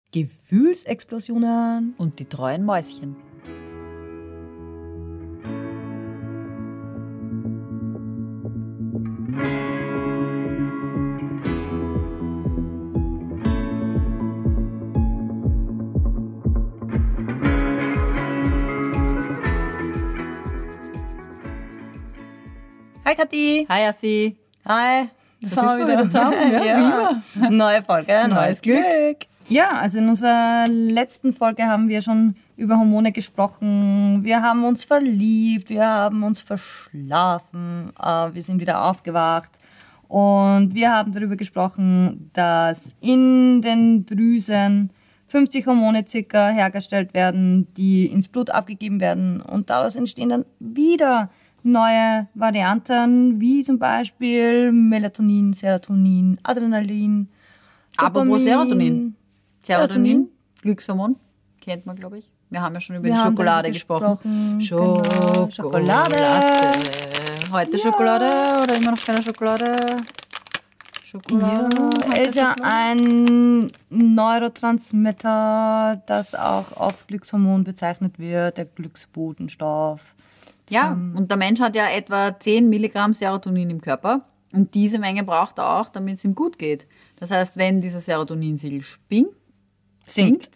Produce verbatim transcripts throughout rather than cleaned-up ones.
Gefühlsexplosionen und die treuen Mäuschen. Hi Kathi. Hi Assi. Hi. Das sind wir wieder zusammen. Ja, ja. Wie immer. Neue Folge, neues, neues Glück. Glück. Ja, also in unserer letzten Folge haben wir schon über Hormone gesprochen. Wir haben uns verliebt, wir haben uns verschlafen, äh, wir sind wieder aufgewacht. Und wir haben darüber gesprochen, dass in den Drüsen fünfzig Hormone circa hergestellt werden, die ins Blut abgegeben werden. Und daraus entstehen dann wieder neue Varianten, wie zum Beispiel Melatonin, Serotonin, Adrenalin, Apropos Serotonin. Serotonin, Glückshormon, kennt man, glaube ich. Wir haben ja schon über Wir die Schokolade gesprochen. gesprochen. Genau. Schokolade. Heute ja. Schokolade oder immer noch keine Schokolade? Schokolade. Ja, ist ja ein Neurotransmitter, das auch oft Glückshormon bezeichnet wird, der Glücksbotenstoff. Ja, und der Mensch hat ja etwa zehn Milligramm Serotonin im Körper. Und diese Menge braucht er auch, damit es ihm gut geht. Das heißt, wenn dieser Serotoninsiegel spinnt, sinkt.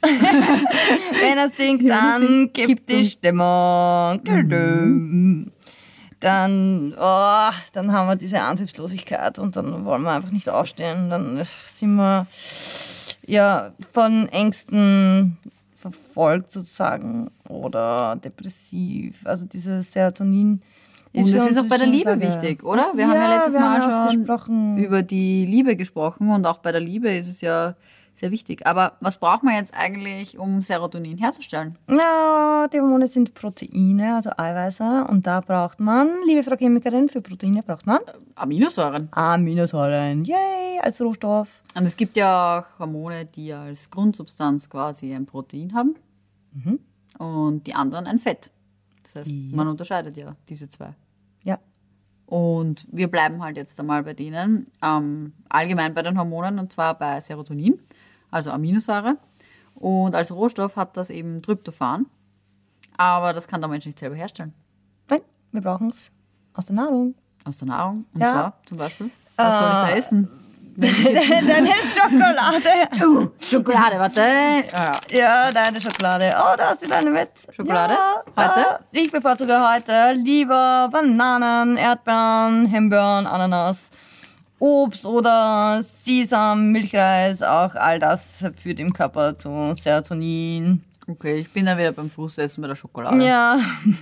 Wenn er sinkt, dann gibt, gibt die Stimmung. Mhm. Dann, oh, dann haben wir diese Antriebslosigkeit und dann wollen wir einfach nicht aufstehen. Dann sind wir ja von Ängsten verfolgt sozusagen oder depressiv. Also dieses Serotonin ist Und das ist auch bei der Liebe wichtig, oder? Wir ja, haben ja letztes Mal schon über die Liebe gesprochen und auch bei der Liebe ist es ja sehr wichtig. Aber was braucht man jetzt eigentlich, um Serotonin herzustellen? Na, die Hormone sind Proteine, also Eiweiße. Und da braucht man, liebe Frau Chemikerin, für Proteine braucht man Aminosäuren. Aminosäuren, yay, als Rohstoff. Und es gibt ja auch Hormone, die als Grundsubstanz quasi ein Protein haben. Mhm. Und die anderen ein Fett. Das heißt, ja. man unterscheidet ja diese zwei. Ja. Und wir bleiben halt jetzt einmal bei denen, ähm, allgemein bei den Hormonen, und zwar bei Serotonin, also Aminosäure. Und als Rohstoff hat das eben Tryptophan. Aber das kann der Mensch nicht selber herstellen. Nein, wir brauchen es aus der Nahrung. Aus der Nahrung? Und ja. zwar zum Beispiel? Was äh, soll ich da essen? Deine Schokolade. Uh, Schokolade, warte. Ja. ja, deine Schokolade. Oh, da hast du wieder eine mit. Schokolade? Ja, heute? Ich bevorzuge heute lieber Bananen, Erdbeeren, Himbeeren, Ananas, Obst oder Sesam, Milchreis. Auch all das führt im Körper zu Serotonin. Okay, ich bin dann wieder beim Frustessen mit der Schokolade. Ja.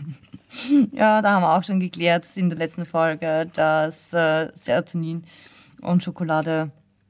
Ja, da haben wir auch schon geklärt in der letzten Folge, dass äh, Serotonin und Schokolade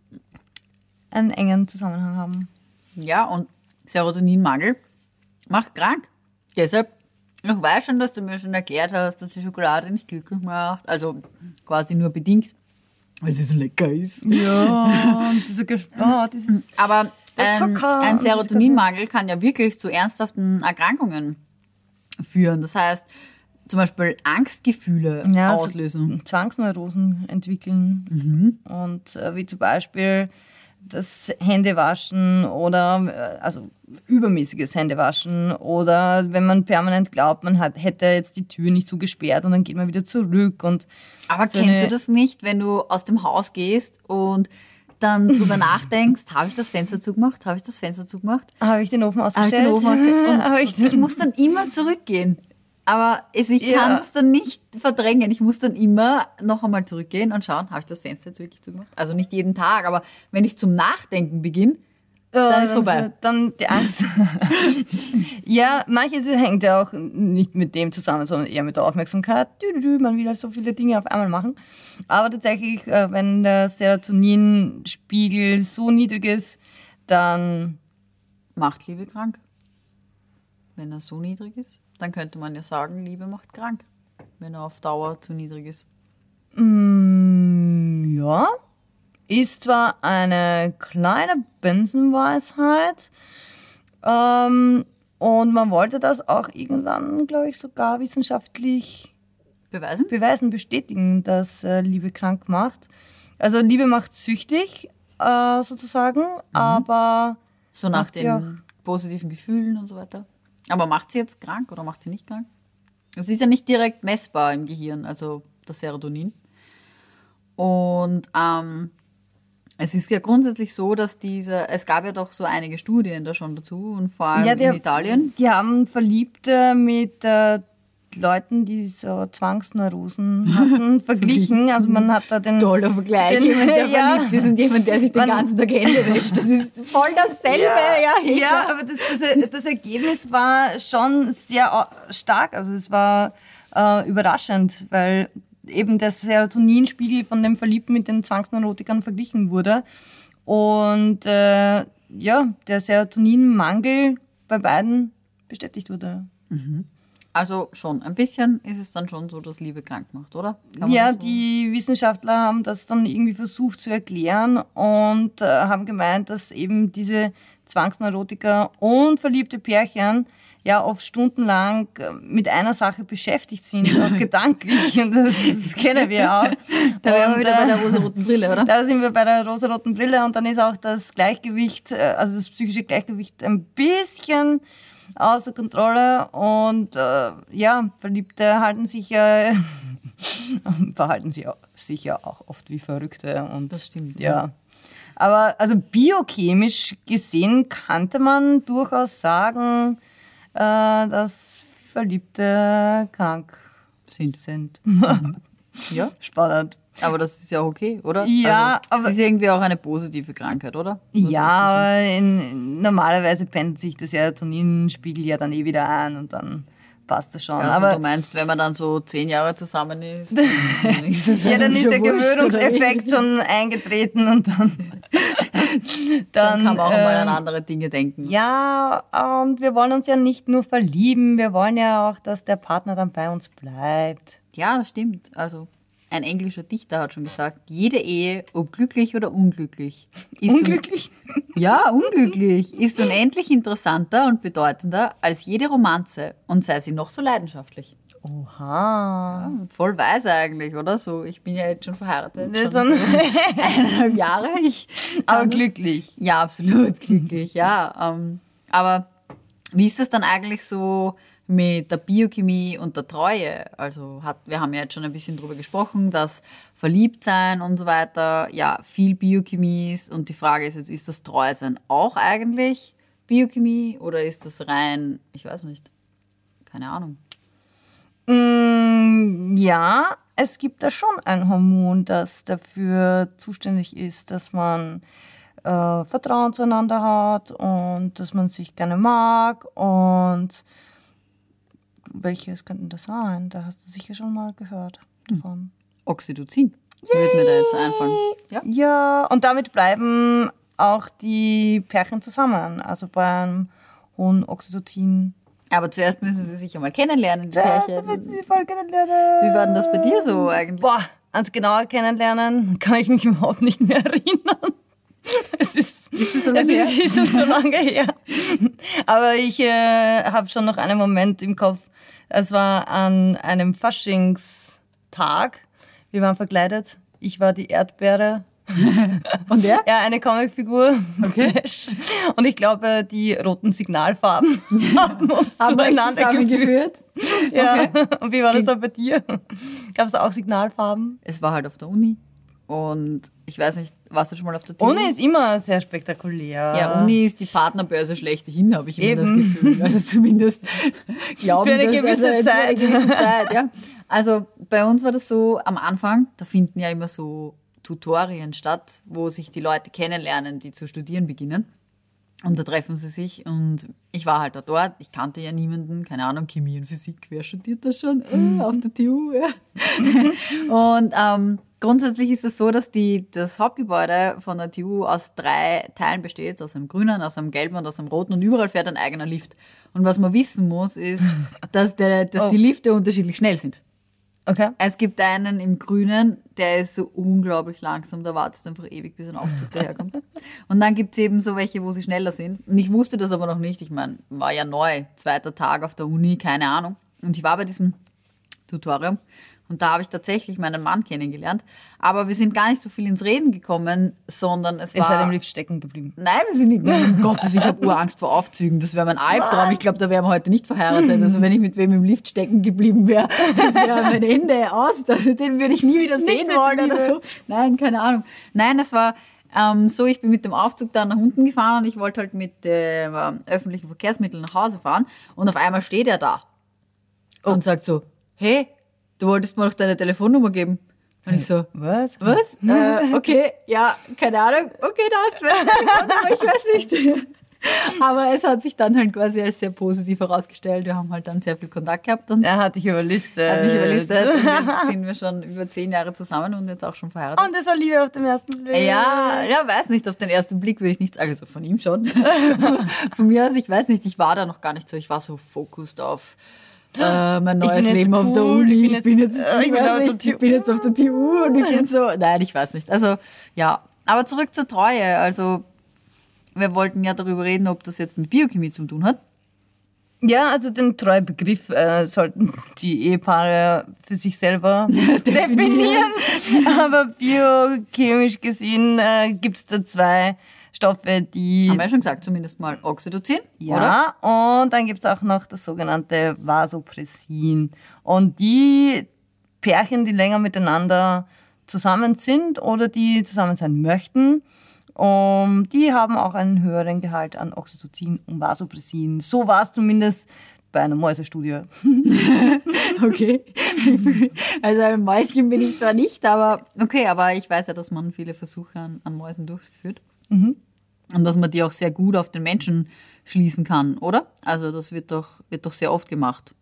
einen engen Zusammenhang haben. Ja, und Serotoninmangel macht krank. Deshalb, ich weiß schon, dass du mir schon erklärt hast, dass die Schokolade nicht glücklich macht. Also quasi nur bedingt, weil sie so lecker ist. Ja, und diese oh, dieses Aber ein, ein Serotoninmangel kann ja wirklich zu ernsthaften Erkrankungen führen. Das heißt, zum Beispiel Angstgefühle ja, auslösen. So Zwangsneurosen entwickeln. Mhm. Und äh, wie zum Beispiel das Händewaschen oder äh, also übermäßiges Händewaschen oder wenn man permanent glaubt, man hat, hätte jetzt die Tür nicht so gesperrt und dann geht man wieder zurück. Und Aber so kennst du das nicht, wenn du aus dem Haus gehst und dann drüber nachdenkst, habe ich das Fenster zugemacht? Habe ich das Fenster zugemacht? Habe ich den Ofen ausgestellt? Habe ich den Ofen ausgestellt? Und ich, ich muss dann immer zurückgehen. Aber es, ich ja. kann das dann nicht verdrängen. Ich muss dann immer noch einmal zurückgehen und schauen, habe ich das Fenster jetzt wirklich zugemacht? Also nicht jeden Tag, aber wenn ich zum Nachdenken beginne, dann ist vorbei. Ist dann die Angst. Ja, manches hängt ja auch nicht mit dem zusammen, sondern eher mit der Aufmerksamkeit. Man will halt so viele Dinge auf einmal machen. Aber tatsächlich, wenn der Serotoninspiegel so niedrig ist, dann macht Liebe krank. Wenn er so niedrig ist, dann könnte man ja sagen, Liebe macht krank, wenn er auf Dauer zu niedrig ist. Mm, ja. Ist zwar eine kleine Binsenweisheit ähm, und man wollte das auch irgendwann, glaube ich, sogar wissenschaftlich beweisen, beweisen bestätigen, dass äh, Liebe krank macht. Also Liebe macht süchtig, äh, sozusagen, mhm. aber So nach Macht sie den auch. positiven Gefühlen und so weiter. Aber macht sie jetzt krank oder macht sie nicht krank? Es ist ja nicht direkt messbar im Gehirn, also das Serotonin. Und ähm, es ist ja grundsätzlich so, dass diese, es gab ja doch so einige Studien da schon dazu und vor allem Ja, die, in Italien. Die haben Verliebte mit äh, Leuten, die so Zwangsneurosen hatten, verglichen. Also man hat da den... Toller Vergleich. Den- Jemand, der ja. verliebt ist und jemand, der sich den Man- ganzen Tag Hände wäscht. Das ist voll dasselbe. Ja, eh Ja, klar. aber das, das, das Ergebnis war schon sehr au- stark. Also es war äh, überraschend, weil eben der Serotoninspiegel von dem Verliebten mit den Zwangsneurotikern verglichen wurde. Und äh, ja, der Serotoninmangel bei beiden bestätigt wurde. Also schon, ein bisschen ist es dann schon so, dass Liebe krank macht, oder? Kann man Ja, das so- die Wissenschaftler haben das dann irgendwie versucht zu erklären und äh, haben gemeint, dass eben diese Zwangsneurotiker und verliebte Pärchen ja oft stundenlang äh, mit einer Sache beschäftigt sind, auch gedanklich. Und das, das kennen wir auch. Da wären wir Und, wieder bei äh, der rosaroten Brille, oder? Da sind wir bei der rosaroten Brille und dann ist auch das Gleichgewicht, äh, also das psychische Gleichgewicht ein bisschen außer Kontrolle und äh, ja, Verliebte halten sich ja, verhalten sich, auch, sich ja auch oft wie Verrückte. Und, Das stimmt, Ja. Aber also biochemisch gesehen könnte man durchaus sagen, äh, dass Verliebte krank Sind. sind. Ja, Spannend. aber das ist ja okay, oder? Ja, also, aber- es ist irgendwie auch eine positive Krankheit, oder? Was Ja, würdest du sagen? aber in, normalerweise pendelt sich der Serotoninspiegel ja dann eh wieder ein und dann passt das schon. Also aber du meinst, wenn man dann so zehn Jahre zusammen ist, dann ist es ja, dann einem ist schon der wurscht, oder Gewöhnungseffekt wie? schon eingetreten und dann, dann, Dann kann man auch mal an ähm, andere Dinge denken. Ja, und wir wollen uns ja nicht nur verlieben, wir wollen ja auch, dass der Partner dann bei uns bleibt. Ja, das stimmt. Also ein englischer Dichter hat schon gesagt, jede Ehe, ob glücklich oder unglücklich, ist Unglücklich? Un- ja, unglücklich, ist unendlich interessanter und bedeutender als jede Romanze und sei sie noch so leidenschaftlich. Oha. Voll weise eigentlich, oder? So, ich bin ja jetzt schon verheiratet, Das schon ist so ein- eineinhalb Jahre. Ich Aber kann das- glücklich. Ja, absolut glücklich, ja. Ähm, aber wie ist das dann eigentlich so mit der Biochemie und der Treue? Also hat, wir haben ja jetzt schon ein bisschen drüber gesprochen, dass Verliebtsein und so weiter ja viel Biochemie ist. Und die Frage ist jetzt, ist das Treusein auch eigentlich Biochemie oder ist das rein, ich weiß nicht, keine Ahnung. Mm, ja, es gibt da schon ein Hormon, das dafür zuständig ist, dass man äh, Vertrauen zueinander hat und dass man sich gerne mag. Und welches könnte das sein? Da hast du sicher schon mal gehört davon. Oxytocin würde mir da jetzt einfallen. Ja? Ja, und damit bleiben auch die Pärchen zusammen. Also beim hohen Oxytocin. Aber zuerst müssen sie sich ja mal kennenlernen, die Ja, Pärchen. du wirst sie voll kennenlernen. Wie war denn das bei dir so eigentlich? Boah, ans genaue Kennenlernen kann ich mich überhaupt nicht mehr erinnern. Es ist, Ist es so es lange ist, her? ist schon so lange her. Aber ich äh, habe schon noch einen Moment im Kopf. Es war an einem Faschingstag. Wir waren verkleidet. Ich war die Erdbeere. Und der? Ja, eine Comicfigur. Okay. Und ich glaube, die roten Signalfarben haben uns Haben wir euch zueinander geführt. zusammengeführt? Ja. Okay. Und wie war das dann bei dir? Gab es da auch Signalfarben? Es war halt auf der Uni. Und ich weiß nicht, warst du schon mal auf der T U? Uni ist immer sehr spektakulär. Ja, Uni ist die Partnerbörse schlechthin, habe ich immer Eben. das Gefühl. Also zumindest glauben Für eine das, gewisse also jetzt Zeit. Für eine gewisse Zeit, ja. Also bei uns war das so, am Anfang, da finden ja immer so Tutorien statt, wo sich die Leute kennenlernen, die zu studieren beginnen. Und da treffen sie sich und ich war halt da dort. Ich kannte ja niemanden, keine Ahnung, Chemie und Physik, wer studiert das schon? Äh, auf der T U, ja. Und ähm, grundsätzlich ist es so, dass die, das Hauptgebäude von der T U aus drei Teilen besteht, aus einem grünen, aus einem gelben und aus einem roten und überall fährt ein eigener Lift. Und was man wissen muss, ist, dass, der, dass Oh. die Lifte unterschiedlich schnell sind. Okay. Es gibt einen im Grünen, der ist so unglaublich langsam, da wartest du einfach ewig, bis ein Aufzug daherkommt. Und dann gibt es eben so welche, wo sie schneller sind. Und ich wusste das aber noch nicht. Ich meine, war ja neu, zweiter Tag auf der Uni, keine Ahnung. Und ich war bei diesem Tutorium Und da habe ich tatsächlich meinen Mann kennengelernt. Aber wir sind gar nicht so viel ins Reden gekommen, sondern es war... Ihr seid im Lift stecken geblieben. Nein, wir sind nicht... Um Gottes Willen, ich habe Urangst vor Aufzügen. Das wäre mein Albtraum. Ich glaube, da wären wir heute nicht verheiratet. Also wenn ich mit wem im Lift stecken geblieben wäre, das wäre mein Ende aus. Also, den würde ich nie wieder sehen wollen oder so. Nein, keine Ahnung. Nein, es war... Ähm, so, ich bin mit dem Aufzug dann nach unten gefahren und ich wollte halt mit dem äh, öffentlichen Verkehrsmitteln nach Hause fahren und auf einmal steht er da oh. und sagt so, hey, du wolltest mir doch deine Telefonnummer geben. Und ich so, was? Was? äh, okay, ja, keine Ahnung. Okay, da hast du meine Telefonnummer, ich weiß nicht. Aber es hat sich dann halt quasi als sehr positiv herausgestellt. Wir haben halt dann sehr viel Kontakt gehabt. Und er hat dich überlistet. Hat mich überlistet. Und jetzt sind wir schon über zehn Jahre zusammen und jetzt auch schon verheiratet. Und das war Liebe auf den ersten Blick. Ja, ja, weiß nicht. Auf den ersten Blick würde ich nicht sagen. Also von ihm schon. Von mir aus, ich weiß nicht. Ich war da noch gar nicht so. Ich war so fokussiert auf äh, mein neues Leben cool. auf der Uni. Ich bin jetzt, ich bin jetzt, ich weiß nicht, ich bin jetzt auf der T U und ich bin so. Nein, ich weiß nicht. Also, ja. Aber zurück zur Treue. Also, wir wollten ja darüber reden, ob das jetzt mit Biochemie zu tun hat. Ja, also den Treuebegriff äh, sollten die Ehepaare für sich selber definieren. Aber biochemisch gesehen äh, gibt es da zwei Stoffe, die... Haben wir ja schon gesagt, zumindest mal Oxytocin, ja, oder? Und dann gibt es auch noch das sogenannte Vasopressin. Und die Pärchen, die länger miteinander zusammen sind oder die zusammen sein möchten, Um, die haben auch einen höheren Gehalt an Oxytocin und Vasopressin. So war es zumindest bei einer Mäusestudie. Okay. Also ein Mäuschen bin ich zwar nicht, aber okay, aber ich weiß ja, dass man viele Versuche an, an Mäusen durchführt. Mhm. Und dass man die auch sehr gut auf den Menschen schließen kann, oder? Also das wird doch, wird doch sehr oft gemacht.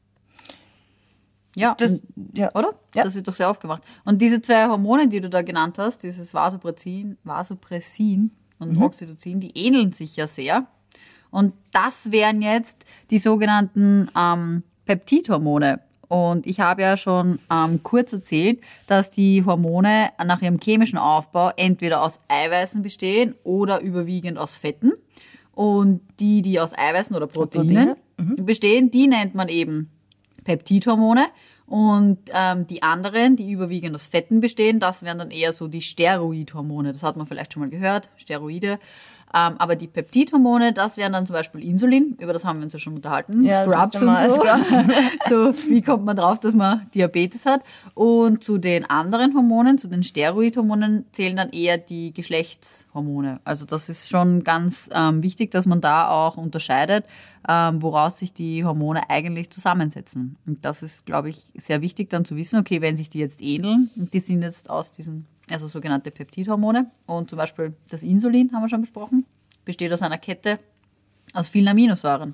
Ja, das, ja, oder? Ja. Das wird doch sehr oft gemacht. Und diese zwei Hormone, die du da genannt hast, dieses Vasopressin, Vasopressin und mhm. Oxytocin, die ähneln sich ja sehr. Und das wären jetzt die sogenannten ähm, Peptidhormone. Und ich habe ja schon ähm, kurz erzählt, dass die Hormone nach ihrem chemischen Aufbau entweder aus Eiweißen bestehen oder überwiegend aus Fetten. Und die, die aus Eiweißen oder Proteinen Proteine. Mhm. bestehen, die nennt man eben Peptidhormone und ähm, die anderen, die überwiegend aus Fetten bestehen, das wären dann eher so die Steroidhormone. Das hat man vielleicht schon mal gehört, Steroide. Ähm, aber die Peptidhormone, das wären dann zum Beispiel Insulin, über das haben wir uns ja schon unterhalten, ja, Scrubs und so. So, wie kommt man drauf, dass man Diabetes hat? Und zu den anderen Hormonen, zu den Steroidhormonen, zählen dann eher die Geschlechtshormone. Also das ist schon ganz ähm, wichtig, dass man da auch unterscheidet, ähm, woraus sich die Hormone eigentlich zusammensetzen. Und das ist, glaube ich, sehr wichtig dann zu wissen, okay, wenn sich die jetzt ähneln, die sind jetzt aus diesen... also sogenannte Peptidhormone. Und zum Beispiel das Insulin, haben wir schon besprochen, besteht aus einer Kette aus vielen Aminosäuren.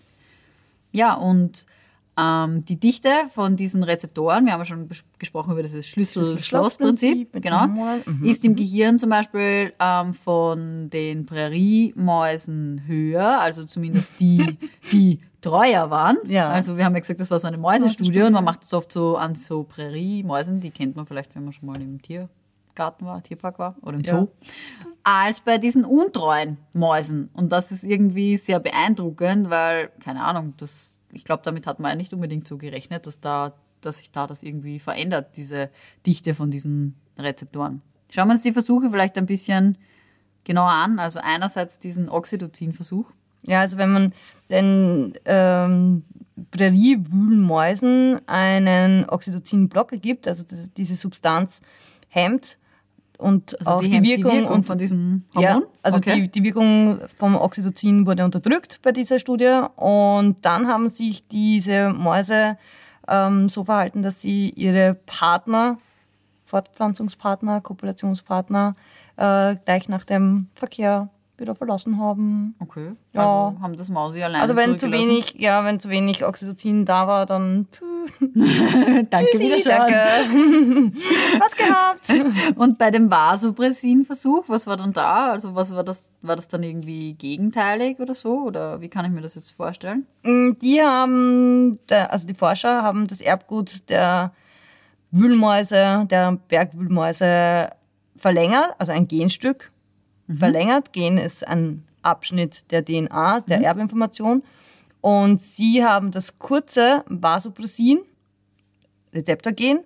Ja, und ähm, die Dichte von diesen Rezeptoren, wir haben ja schon bes- gesprochen über das Schlüssel-Schloss-Prinzip, genau, mhm. ist im Gehirn zum Beispiel ähm, von den Präriemäusen höher, also zumindest die, die treuer waren. Ja. Also wir haben ja gesagt, das war so eine Mäusestudie und man macht das oft so an so Präriemäusen, die kennt man vielleicht, wenn man schon mal im Tier Garten war, Tierpark war oder im Zoo, ja. als bei diesen untreuen Mäusen. Und das ist irgendwie sehr beeindruckend, weil, keine Ahnung, das, ich glaube, damit hat man ja nicht unbedingt so gerechnet, dass, da, dass sich da das irgendwie verändert, diese Dichte von diesen Rezeptoren. Schauen wir uns die Versuche vielleicht ein bisschen genauer an. Also einerseits diesen Oxytocin-Versuch. Ja, also wenn man den ähm, Präriewühlmäusen einen Oxytocin-Blocker gibt, also diese Substanz hemmt, und also auch die, die, Wirkung, die Wirkung und, von diesem Hormon? Ja, also okay. die, die Wirkung vom Oxytocin wurde unterdrückt bei dieser Studie und dann haben sich diese Mäuse ähm, so verhalten, dass sie ihre Partner, Fortpflanzungspartner, Kopulationspartner äh, gleich nach dem Verkehr wieder verlassen haben. Okay. Ja. Also haben das Mausi alleine Also wenn zu wenig, ja, wenn zu wenig Oxytocin da war, dann danke Tschüssi, wieder schon. Danke. Was gehabt. Und bei dem Vasopressin-Versuch, was war dann da? Also was war das? War das dann irgendwie gegenteilig oder so? Oder wie kann ich mir das jetzt vorstellen? Die haben, also die Forscher haben das Erbgut der Wühlmäuse, der Bergwühlmäuse verlängert, also ein Genstück mhm. verlängert. Gen ist ein Abschnitt der D N A, der mhm. Erbinformation. Und sie haben das kurze Vasopressin, Rezeptorgen,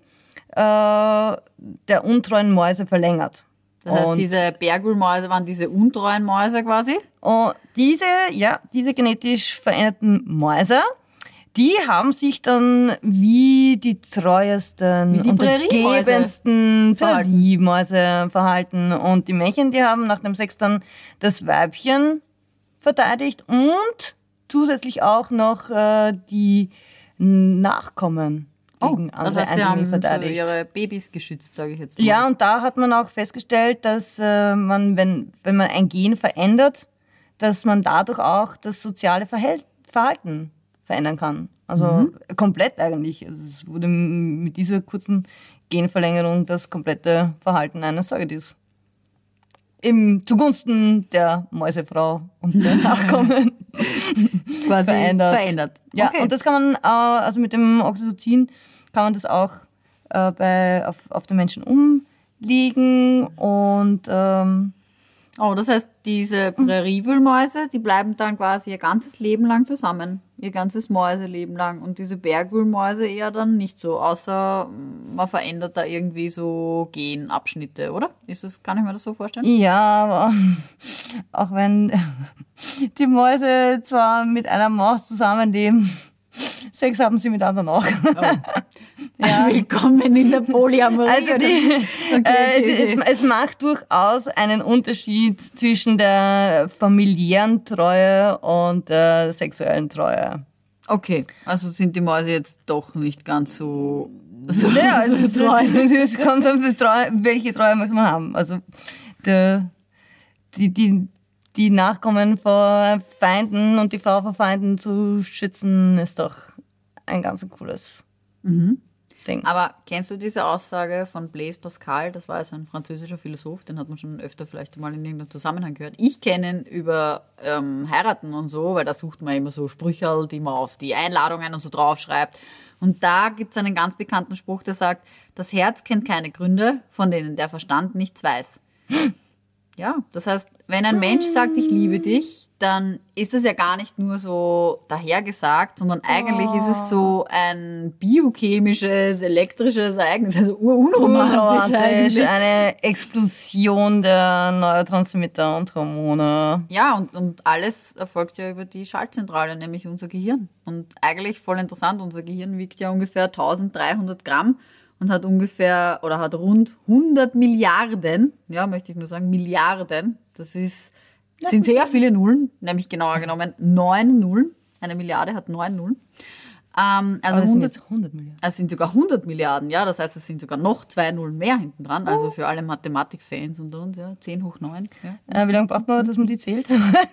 der untreuen Mäuse verlängert. Das heißt, und diese Bergwühlmäuse waren diese untreuen Mäuse quasi? Und diese, ja, diese genetisch veränderten Mäuse, die haben sich dann wie die treuesten wie die und ergebensten Präriemäuse verhalten. Und die Männchen, die haben nach dem Sex dann das Weibchen verteidigt und zusätzlich auch noch äh, die Nachkommen gegen oh, andere das heißt, sie haben verteidigt. So ihre Babys geschützt, sage ich jetzt mal. Ja, und da hat man auch festgestellt, dass äh, man, wenn, wenn man ein Gen verändert, dass man dadurch auch das soziale Verhält- Verhalten verändern kann. Also mhm. komplett eigentlich. Also es wurde mit dieser kurzen Genverlängerung das komplette Verhalten eines Säugetiers im zugunsten der Mäusefrau und der Nachkommen quasi verändert. verändert. Ja, okay. Und das kann man, äh, also mit dem Oxytocin kann man das auch äh, bei, auf, auf den Menschen umlegen und ähm, oh, das heißt, diese Präriewühlmäuse, die bleiben dann quasi ihr ganzes Leben lang zusammen. Ihr ganzes Mäuseleben lang. Und diese Bergwühlmäuse eher dann nicht so, außer man verändert da irgendwie so Genabschnitte, oder? Ist das, kann ich mir das so vorstellen? Ja, aber auch wenn die Mäuse zwar mit einer Maus zusammenleben, Sex haben sie mit anderen auch. Oh. Ja. Willkommen in der Polyamorie. Also die, okay, okay, äh, okay. Es, es macht durchaus einen Unterschied zwischen der familiären Treue und der sexuellen Treue. Okay, also sind die Mäuse jetzt doch nicht ganz so, so, ja, also so treu. Es kommt auf die Treue, welche Treue möchte man haben. Also der, die, die, die Nachkommen vor Feinden und die Frau vor Feinden zu schützen, ist doch ein ganz cooles mhm. Ding. Aber kennst du diese Aussage von Blaise Pascal? Das war also ein französischer Philosoph, den hat man schon öfter vielleicht mal in irgendeinem Zusammenhang gehört. Ich kenne ihn über ähm, Heiraten und so, weil da sucht man immer so Sprüche, die man auf die Einladungen und so draufschreibt. Und da gibt es einen ganz bekannten Spruch, der sagt, das Herz kennt keine Gründe, von denen der Verstand nichts weiß. Ja, das heißt, wenn ein Mensch sagt, ich liebe dich, dann ist es ja gar nicht nur so dahergesagt, sondern eigentlich oh. ist es so ein biochemisches, elektrisches Ereignis, also urunromantisch eigentlich. Eine Explosion der Neurotransmitter und Hormone. Ja, und, und alles erfolgt ja über die Schaltzentrale, nämlich unser Gehirn. Und eigentlich voll interessant, unser Gehirn wiegt ja ungefähr eintausenddreihundert Gramm. Und hat ungefähr, oder hat rund hundert Milliarden, ja, möchte ich nur sagen, Milliarden. Das ist, sind sehr viele Nullen, nämlich genauer genommen neun Nullen. Eine Milliarde hat neun Nullen. Ähm, also Aber hundert, sind hundert Milliarden. Es sind sogar hundert Milliarden, ja. Das heißt, es sind sogar noch zwei Nullen mehr hinten dran. Also für alle Mathematikfans unter uns, ja, zehn hoch neun. Ja. Äh, wie lange braucht man, dass man die zählt?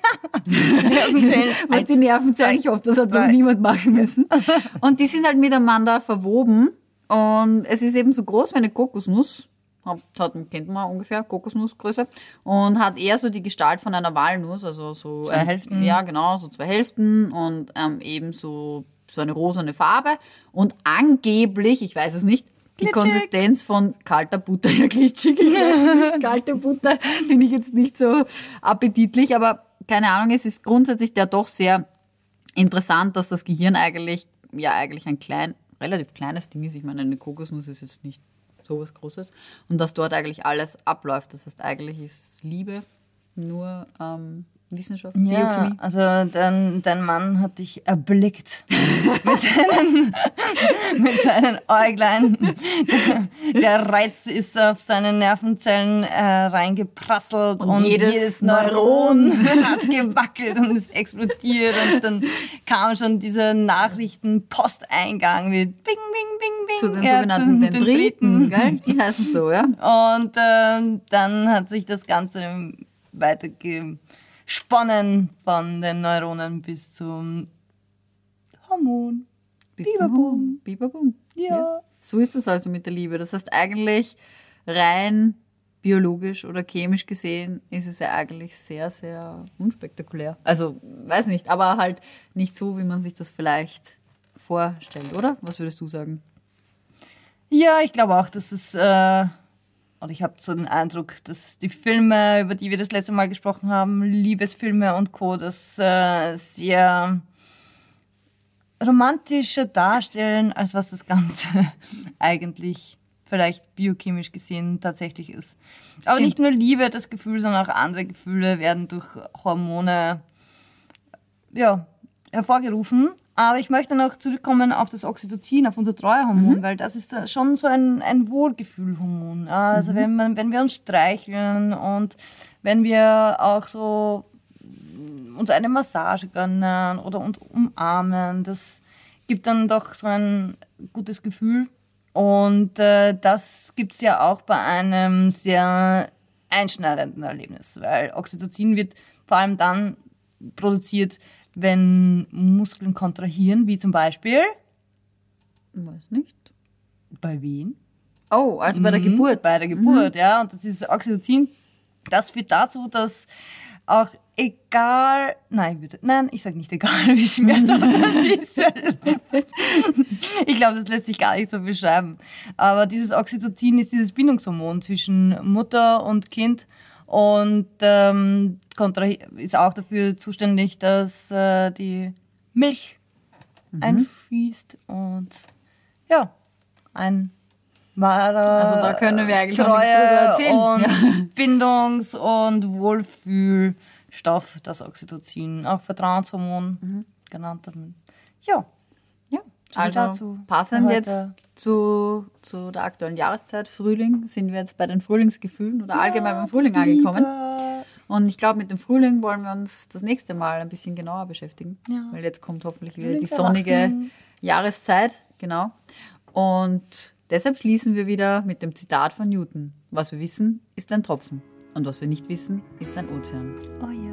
Was die Nerven zählen, ich hoffe, das hat noch niemand machen müssen. Und die sind halt miteinander verwoben. Und es ist eben so groß wie eine Kokosnuss, hat, hat, kennt man ungefähr, Kokosnussgröße, und hat eher so die Gestalt von einer Walnuss, also so zwei ein, Hälften. Ja, genau, so zwei Hälften und ähm, eben so, so eine rosane Farbe und angeblich, ich weiß es nicht, die glitschig. Konsistenz von kalter Butter, ja glitschig, ich weiß nicht, kalte Butter finde ich jetzt nicht so appetitlich, aber keine Ahnung, es ist grundsätzlich ja doch sehr interessant, dass das Gehirn eigentlich, ja eigentlich ein klein relativ kleines Ding ist. Ich meine, eine Kokosnuss ist jetzt nicht so was Großes. Und dass dort eigentlich alles abläuft. Das heißt, eigentlich ist Liebe nur ähm, Wissenschaft, ja, Biochemie. Also dein, dein Mann hat dich erblickt mit seinen, mit seinen Äuglein. Der, der Reiz ist auf seine Nervenzellen äh, reingeprasselt und, und jedes, jedes Neuron hat gewackelt und ist explodiert und dann kam schon dieser Nachrichten-Posteingang mit Bing, Bing, Bing, Bing. Zu den ja, sogenannten den Dendriten, gell? Die heißen so, ja. Und äh, dann hat sich das Ganze weitergegeben. Sponnen von den Neuronen bis zum Hormon. Biberboom. Biberboom. Ja. ja. So ist es also mit der Liebe. Das heißt eigentlich rein biologisch oder chemisch gesehen ist es ja eigentlich sehr, sehr unspektakulär. Also, weiß nicht, aber halt nicht so, wie man sich das vielleicht vorstellt, oder? Was würdest du sagen? Ja, ich glaube auch, dass es... Äh Und ich habe so den Eindruck, dass die Filme, über die wir das letzte Mal gesprochen haben, Liebesfilme und Co., das äh, sehr romantischer darstellen, als was das Ganze eigentlich vielleicht biochemisch gesehen tatsächlich ist. Aber Stimmt. nicht nur Liebe, das Gefühl, sondern auch andere Gefühle werden durch Hormone ja, hervorgerufen. Aber ich möchte noch zurückkommen auf das Oxytocin, auf unser Treuehormon, mhm. weil das ist schon so ein, ein Wohlgefühlhormon. Also mhm. wenn, man, wenn wir uns streicheln und wenn wir auch so uns eine Massage gönnen oder uns umarmen, das gibt dann doch so ein gutes Gefühl. Und äh, das gibt es ja auch bei einem sehr einschneidenden Erlebnis, weil Oxytocin wird vor allem dann produziert, wenn Muskeln kontrahieren, wie zum Beispiel... Weiß nicht. Bei wen? Oh, also bei der mhm, Geburt. Bei der Geburt, mhm. ja. Und das ist Oxytocin. Das führt dazu, dass auch egal... Nein, ich würde, nein, ich sage nicht egal, wie schmerzhaft das ist. Ich glaube, das lässt sich gar nicht so beschreiben. Aber dieses Oxytocin ist dieses Bindungshormon zwischen Mutter und Kind und ähm, ist auch dafür zuständig, dass äh, die Milch mhm. einfließt und ja, ein wahrer Also da können wir eigentlich noch nichts drüber erzählen. Und ja. Bindungs- und Wohlfühlstoff, das Oxytocin, auch Vertrauenshormon mhm. genannt hat. Ja. Ja. Also dazu passend jetzt zu, zu der aktuellen Jahreszeit, Frühling, sind wir jetzt bei den Frühlingsgefühlen oder ja, allgemein beim Frühling angekommen. Und ich glaube, mit dem Frühling wollen wir uns das nächste Mal ein bisschen genauer beschäftigen. Ja. Weil jetzt kommt hoffentlich wieder die sonnige Jahreszeit. Genau. Und deshalb schließen wir wieder mit dem Zitat von Newton. Was wir wissen, ist ein Tropfen. Und was wir nicht wissen, ist ein Ozean. Oh ja.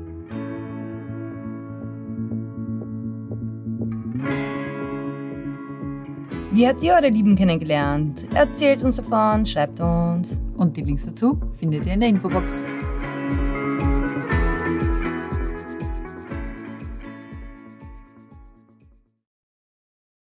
Wie habt ihr eure Lieben kennengelernt? Erzählt uns davon, schreibt uns. Und die Links dazu findet ihr in der Infobox.